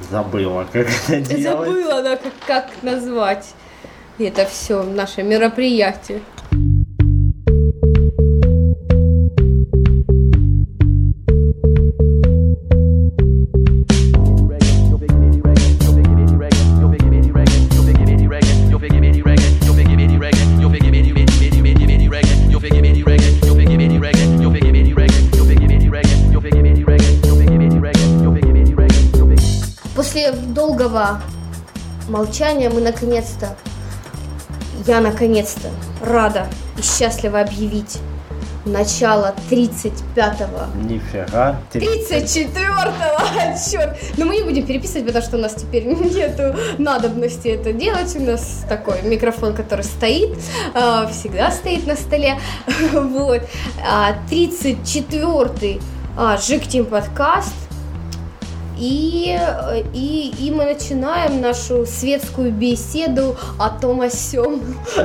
забыла, как это делать. Забыла, да, как назвать это все наше мероприятие. После долгого молчания я наконец-то рада и счастлива объявить начало 35-го. Нифига. 34-го, черт. Но мы не будем переписывать, потому что у нас теперь нету надобности это делать. У нас такой микрофон, который стоит, всегда стоит на столе. Вот. 34-й Жик Тим подкаст. И мы начинаем нашу светскую беседу о том о сём.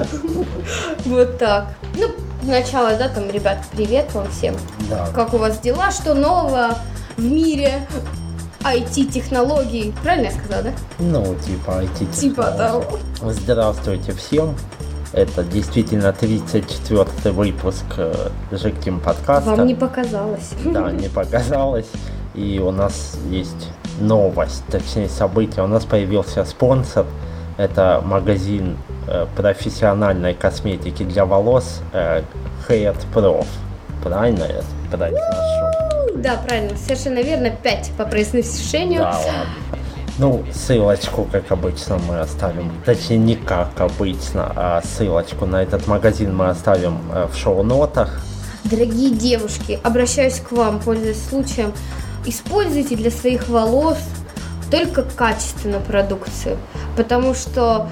Вот так. Ну, сначала, да, там, ребят, привет вам всем. Да. Как у вас дела? Что нового в мире IT-технологий? Правильно я сказала, да? Ну, типа IT-технологий. Типа того. Здравствуйте всем. Это действительно 34-й выпуск Жик Тим подкаста. Вам не показалось. Да, не показалось. И у нас есть новость, точнее событие. У нас появился спонсор. Это магазин профессиональной косметики для волос Hair Prof. Правильно я произношу? Да, правильно. Совершенно верно. 5 по произношению. Да, ладно. Ну, ссылочку, как обычно, мы оставим. Точнее, не как обычно, а ссылочку на этот магазин мы оставим в шоу-нотах. Дорогие девушки, обращаюсь к вам, пользуясь случаем. Используйте для своих волос только качественную продукцию, потому что,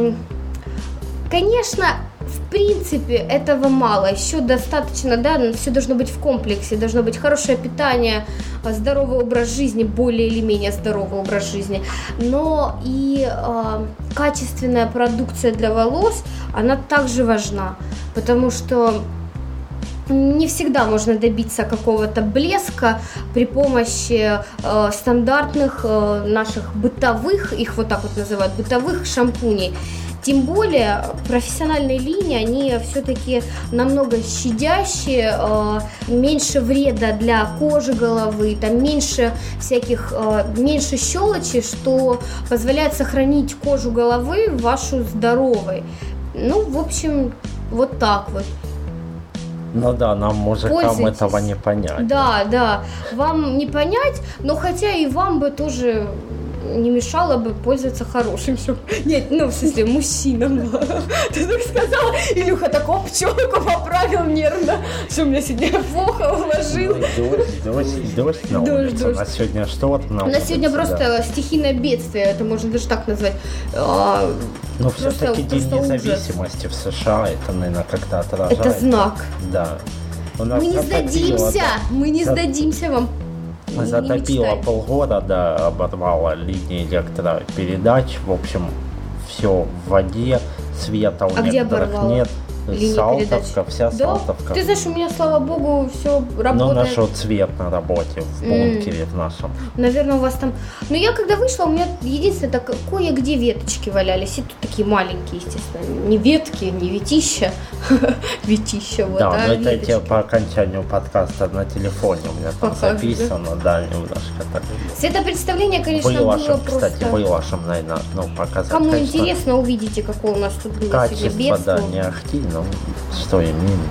конечно, в принципе, этого мало, еще достаточно, да, все должно быть в комплексе, должно быть хорошее питание, здоровый образ жизни, более или менее здоровый образ жизни, но и качественная продукция для волос, она также важна, потому что не всегда можно добиться какого-то блеска при помощи стандартных наших бытовых, их вот так вот называют, бытовых шампуней. Тем более профессиональные линии, они все-таки намного щадящие, меньше вреда для кожи головы, там меньше всяких, меньше щелочи, что позволяет сохранить кожу головы вашу здоровой. Ну, в общем, вот так вот. Ну да, нам, мужикам, этого не понять. Да, вам не понять, но хотя и вам бы тоже не мешало бы пользоваться хорошим шампунем. Нет, ну, в смысле, мужчинам. Ты так сказала, Илюха такого пчелку поправил нервно, что у меня сегодня плохо уложил. Дождь на улице. У нас сегодня что? У нас сегодня просто стихийное бедствие, это можно даже так назвать. Но все-таки День независимости в США, это, наверное, как-то отражает. Это знак. Да. Мы не сдадимся вам. Затопило полгорода, оборвало линии электропередач, в общем, все в воде, света у некоторых нет. Салтовка, вся Салтовка. Ты знаешь, у меня, слава богу, все работает. Ну, наш цвет на работе, в бункере в нашем. Наверное, у вас там... Но я когда вышла, у меня единственное, так кое-где веточки валялись. И тут такие маленькие, естественно. Не ветки, не ветища. Ветища, вот, да, но это веточки. я по окончанию подкаста на телефоне у меня там записано, да, немножко так. Светопредставление, конечно, выложим, было просто... Кстати, выложим, наверное, показать. Кому конечно, интересно, увидите, какое у нас тут было качество, сегодня бедствие. да, не ахти, но что имеем.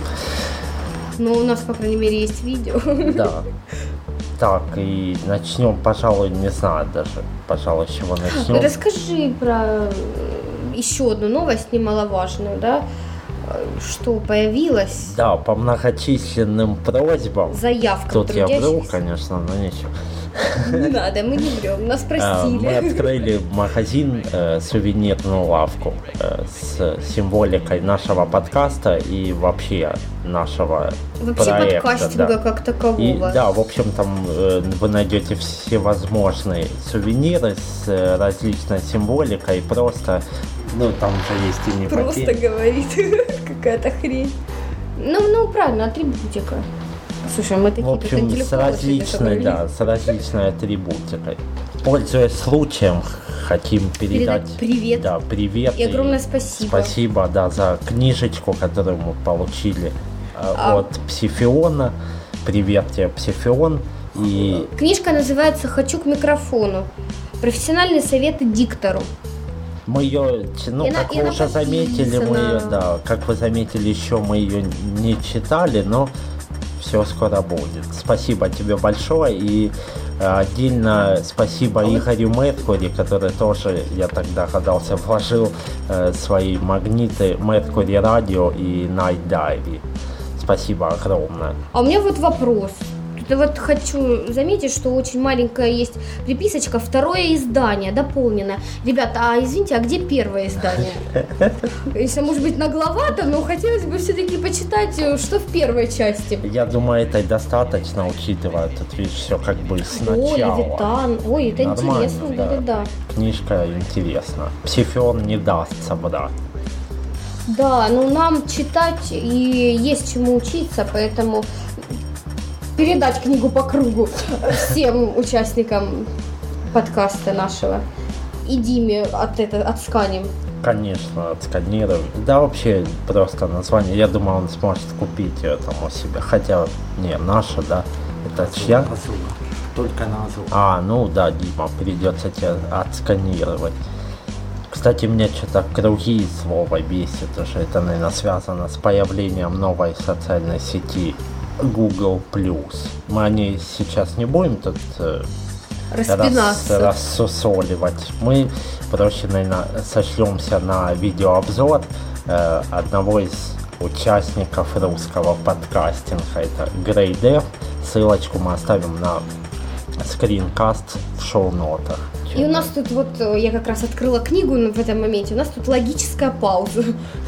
Ну, у нас, по крайней мере, есть видео. Да. Так, и начнем, пожалуй, не знаю даже, пожалуй, с чего начнем. Расскажи про еще одну новость немаловажную, да? Что появилось? Да, по многочисленным просьбам. Заявкам тут трудящихся. Я вру, конечно, но ничего. Не надо, мы не врем, нас просили. Мы открыли магазин, сувенирную лавку с символикой нашего подкаста и вообще нашего проекта. Подкастинга, да, как такового. И, да, в общем, там вы найдете всевозможные сувениры с различной символикой, просто, ну, там же есть и не просто говорит какая-то хрень. Ну, правильно, атрибутика. Слушай, мы такие в общем, с различной атрибутикой. Пользуясь случаем, хотим передать привет. Да, привет. И огромное спасибо. Спасибо, да, за книжечку, которую мы получили от Псифиона. Привет тебе, Псифион. И книжка называется «Хочу к микрофону. Профессиональные советы диктору». Мы ее, как вы уже заметили, как вы заметили, еще мы ее не читали, но все скоро будет. Спасибо тебе большое, и отдельно спасибо Игорю Меркури, который тоже, я так догадался, вложил свои магниты Mercury Radio и Night Dive. Спасибо огромное. А у меня вот вопрос. Тут вот хочу заметить, что очень маленькая есть приписочка, второе издание, дополненное. Ребята, а извините, а где первое издание? Если, может быть, нагловато, но хотелось бы все-таки почитать, что в первой части. Я думаю, это достаточно, учитывая, тут видишь, все как бы сначала. Ой, Левитан, ой, это нормально, интересно, да. Книжка интересна. Псифион не даст собрать. Да, ну нам читать и есть чему учиться, поэтому передать книгу по кругу всем участникам подкаста нашего. И Диме отсканим. Конечно, отсканируем. Да, вообще просто название. Я думаю, он сможет купить ее там у себя. Хотя, не, наша, да. Это чья? Только назва. Ну да, Дима, придется тебе отсканировать. Кстати, меня что-то круги слова бесит уже. Это, наверное, связано с появлением новой социальной сети Google+. Мы о ней сейчас не будем тут рассусоливать. Мы проще, наверное, сошлемся на видеообзор одного из участников русского подкастинга. Это Grey Ссылочку мы оставим на скринкаст в шоу-нотах. И у нас тут вот, я как раз открыла книгу в этом моменте, у нас тут логическая пауза.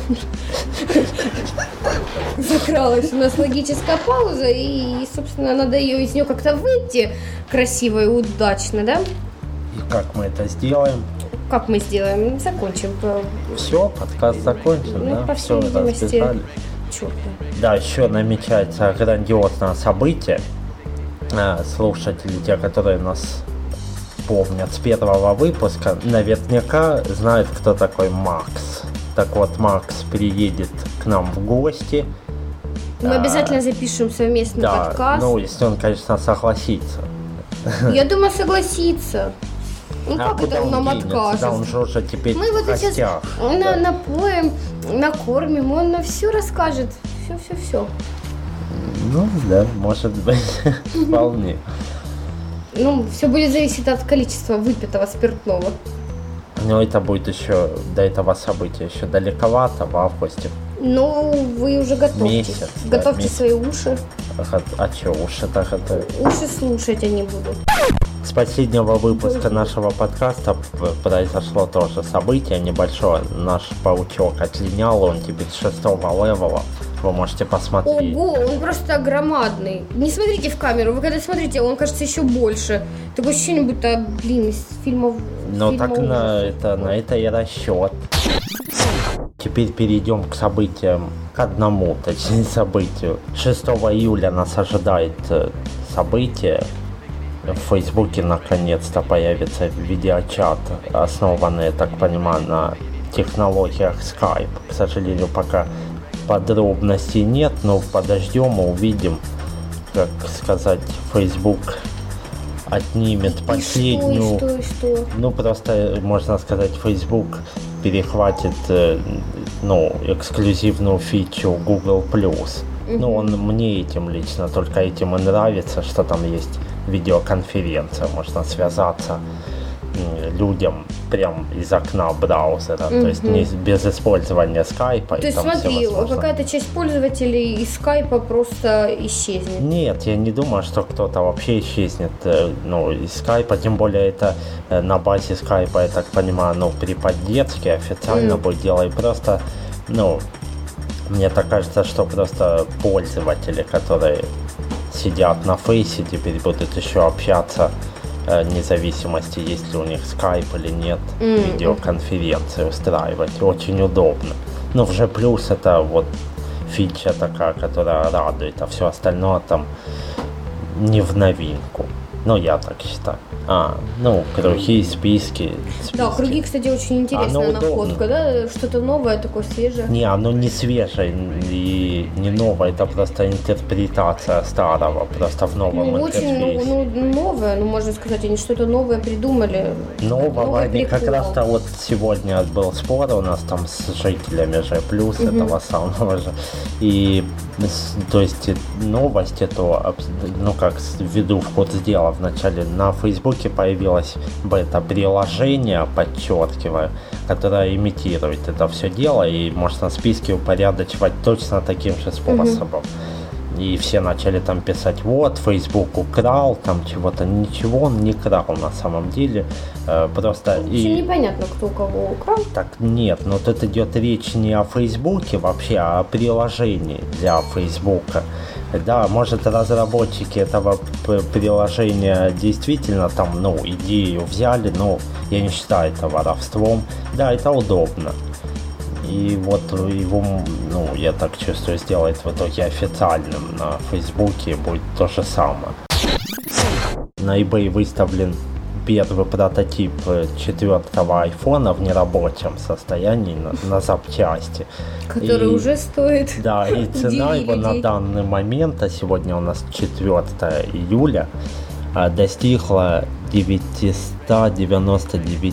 Закралась у нас логическая пауза, и, собственно, надо из нее как-то выйти красиво и удачно, да? И как мы это сделаем? Как мы сделаем? Закончим. Все, подкаст закончен, да? По всей видимости. Черт. Да, еще намечается грандиозное событие. Слушатели, те, которые нас помнят с первого выпуска, наверняка знают, кто такой Макс. Так вот, Макс приедет к нам в гости. Мы обязательно запишем совместный подкаст. Ну, если он, конечно, согласится. Я думаю, согласится. Ну как это он нам откажет? Да, он же уже теперь мы вот сейчас напоим, накормим, он все расскажет. Все. Ну да, может быть, вполне. Ну, все будет зависеть от количества выпитого спиртного. Но это будет еще до этого события еще далековато, в августе. Ну, вы уже готовьте. Месяц. Готовьте свои уши. А что, уши-то готовы? Уши слушать они будут. С последнего выпуска нашего подкаста произошло тоже событие небольшое. Наш паучок отлинял, он теперь 6-го левела. Вы можете посмотреть. Ого, он просто громадный. Не смотрите в камеру, вы когда смотрите, он кажется еще больше. Такое ощущение, будто, из фильмов. Ну так на это и расчет. Теперь перейдем к событиям, к одному, точнее, событию. 6 июля нас ожидает событие. В Фейсбуке наконец-то появится видеочат, основанный, я так понимаю, на технологиях Skype. К сожалению, пока подробностей нет, но подождем и увидим, как сказать, Facebook отнимет последнюю. Что? Ну, просто, можно сказать, Facebook перехватит эксклюзивную фичу Google+. Ну, он мне этим лично, только этим и нравится, что там есть видеоконференция, можно связаться людям прям из окна браузера, то есть не без использования скайпа. То есть смотри, какая-то часть пользователей из скайпа просто исчезнет. Нет, я не думаю, что кто-то вообще исчезнет из скайпа, тем более это на базе скайпа, я так понимаю, при поддержке официально будет дело, и просто, мне так кажется, что просто пользователи, которые сидят на фейсе, теперь будут еще общаться вне зависимости, есть ли у них скайп или нет, видеоконференции устраивать. Очень удобно. Но в G+, это вот фича такая, которая радует, а все остальное там не в новинку. Ну, я так считаю. Круги, списки. Да, круги, кстати, очень интересная находка, да? Что-то новое, такое свежее. Не, оно не свежее и не новое, это просто интерпретация старого, просто в новом интерфейсе. Очень новое, можно сказать, они что-то новое придумали. Нового, они как раз-то вот сегодня был спор у нас там с жителями же, плюс этого самого же. И, то есть, новость эту, введу в курс дела, вначале на Фейсбуке появилось бета-приложение, подчеркиваю, которое имитирует это все дело, и можно списки упорядочивать точно таким же способом. И все начали там писать, вот, Facebook украл, там чего-то. Ничего он не крал на самом деле. Просто... Очень непонятно, кто у кого украл. Так нет, но тут идет речь не о Фейсбуке вообще, а о приложении для Фейсбука. Да, может, разработчики этого приложения действительно там, идею взяли, но я не считаю это воровством. Да, это удобно. И вот его, я так чувствую, сделает в итоге официальным на Фейсбуке, будет то же самое. На eBay выставлен первый прототип 4-го айфона в нерабочем состоянии на запчасти. Который уже стоит. Да, и цена его на данный момент, а сегодня у нас 4 июля, достигла 999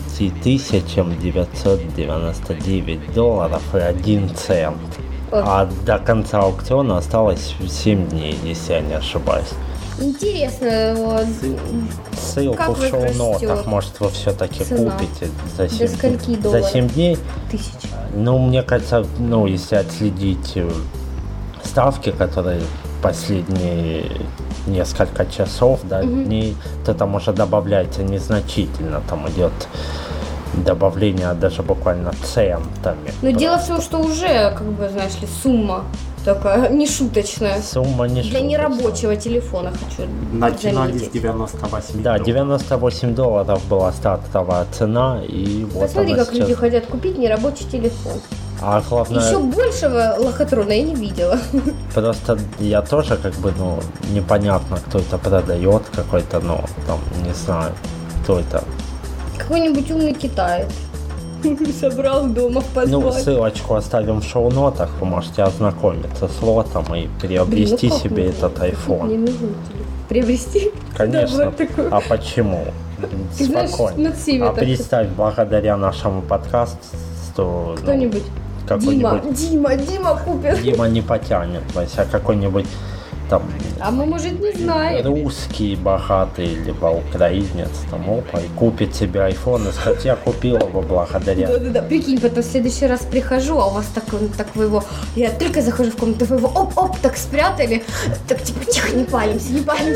999 долларов и 1 цент. А до конца аукциона осталось 7 дней, если я не ошибаюсь. Интересно, ссылку в шоу-нотах, может, вы все-таки купите за 7 дней. За 7 дней? 1000. Мне кажется, если отследить ставки, которые последние несколько часов, дней, то там уже добавляется незначительно, там идет добавление даже буквально центами. Но дело в том, что уже, сумма такая нешуточная. Сумма не для нерабочего телефона, хочу начинали заметить. с 98 Да, 98 долларов была стартовая цена, и вот посмотри, она как сейчас... люди хотят купить нерабочий телефон. А главное... Еще большего лохотрона я не видела. Просто я тоже непонятно, кто это продает, какой-то, не знаю, кто это. Какой-нибудь умный китаец. Собрал дома позвать. Ссылочку оставим в шоу-нотах, вы можете ознакомиться с лотом и приобрести себе этот iPhone. Мне нужен телефон. Приобрести? Конечно. А почему? Спокойно. А представь, благодаря нашему подкасту кто-нибудь. Дима купит. Дима не потянет, а какой-нибудь там... А мы, может, не знаем. Русский богатый, либо украинец, и купит себе iPhone, и скажет, я купил его благодаря... Да, прикинь, потом в следующий раз прихожу, а у вас так вы его... Я только захожу в комнату, вы его оп-оп так спрятали. Так, тихо, не палимся.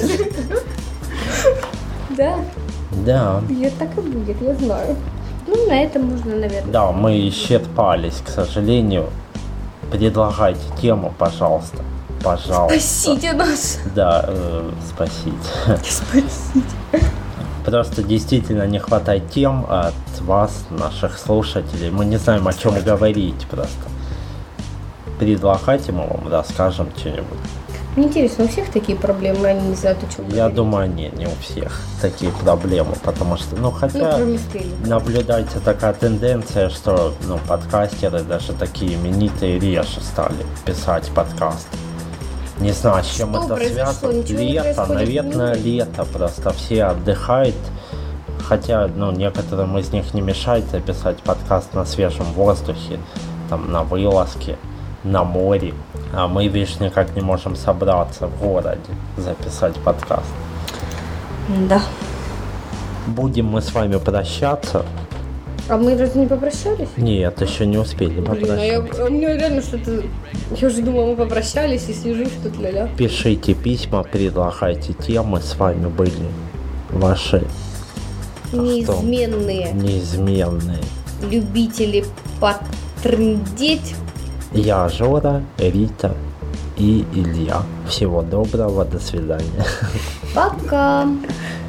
Да? Да. Так и будет, я знаю. На этом можно, наверное. Да, мы исчерпались, к сожалению. Предлагайте тему, пожалуйста. Спасите нас. Да, спасите. Просто действительно не хватает тем от вас, наших слушателей. Мы не знаем, о чем говорить просто. Предлагайте, мы вам расскажем что-нибудь. Мне интересно, у всех такие проблемы, они не знают, о чем Я думаю, не у всех такие проблемы, потому что, хотя наблюдается такая тенденция, что, подкастеры, даже такие именитые, реже стали писать подкасты. Не знаю, с чем это связано. Лето, наверное, лето, просто все отдыхают, хотя, некоторым из них не мешает записать подкаст на свежем воздухе, там, на вылазке, на море. А мы, видишь, никак не можем собраться в городе, записать подкаст. Да. Будем мы с вами прощаться. А мы разве не попрощались? Нет, еще не успели попрощаться. У меня реально что-то... Я уже думала, мы попрощались и сижу, что-то ля-ля. Пишите письма, предлагайте темы. С вами были ваши... Неизменные. Любители потрындеть. Я Жора, Рита и Илья. Всего доброго, до свидания. Пока.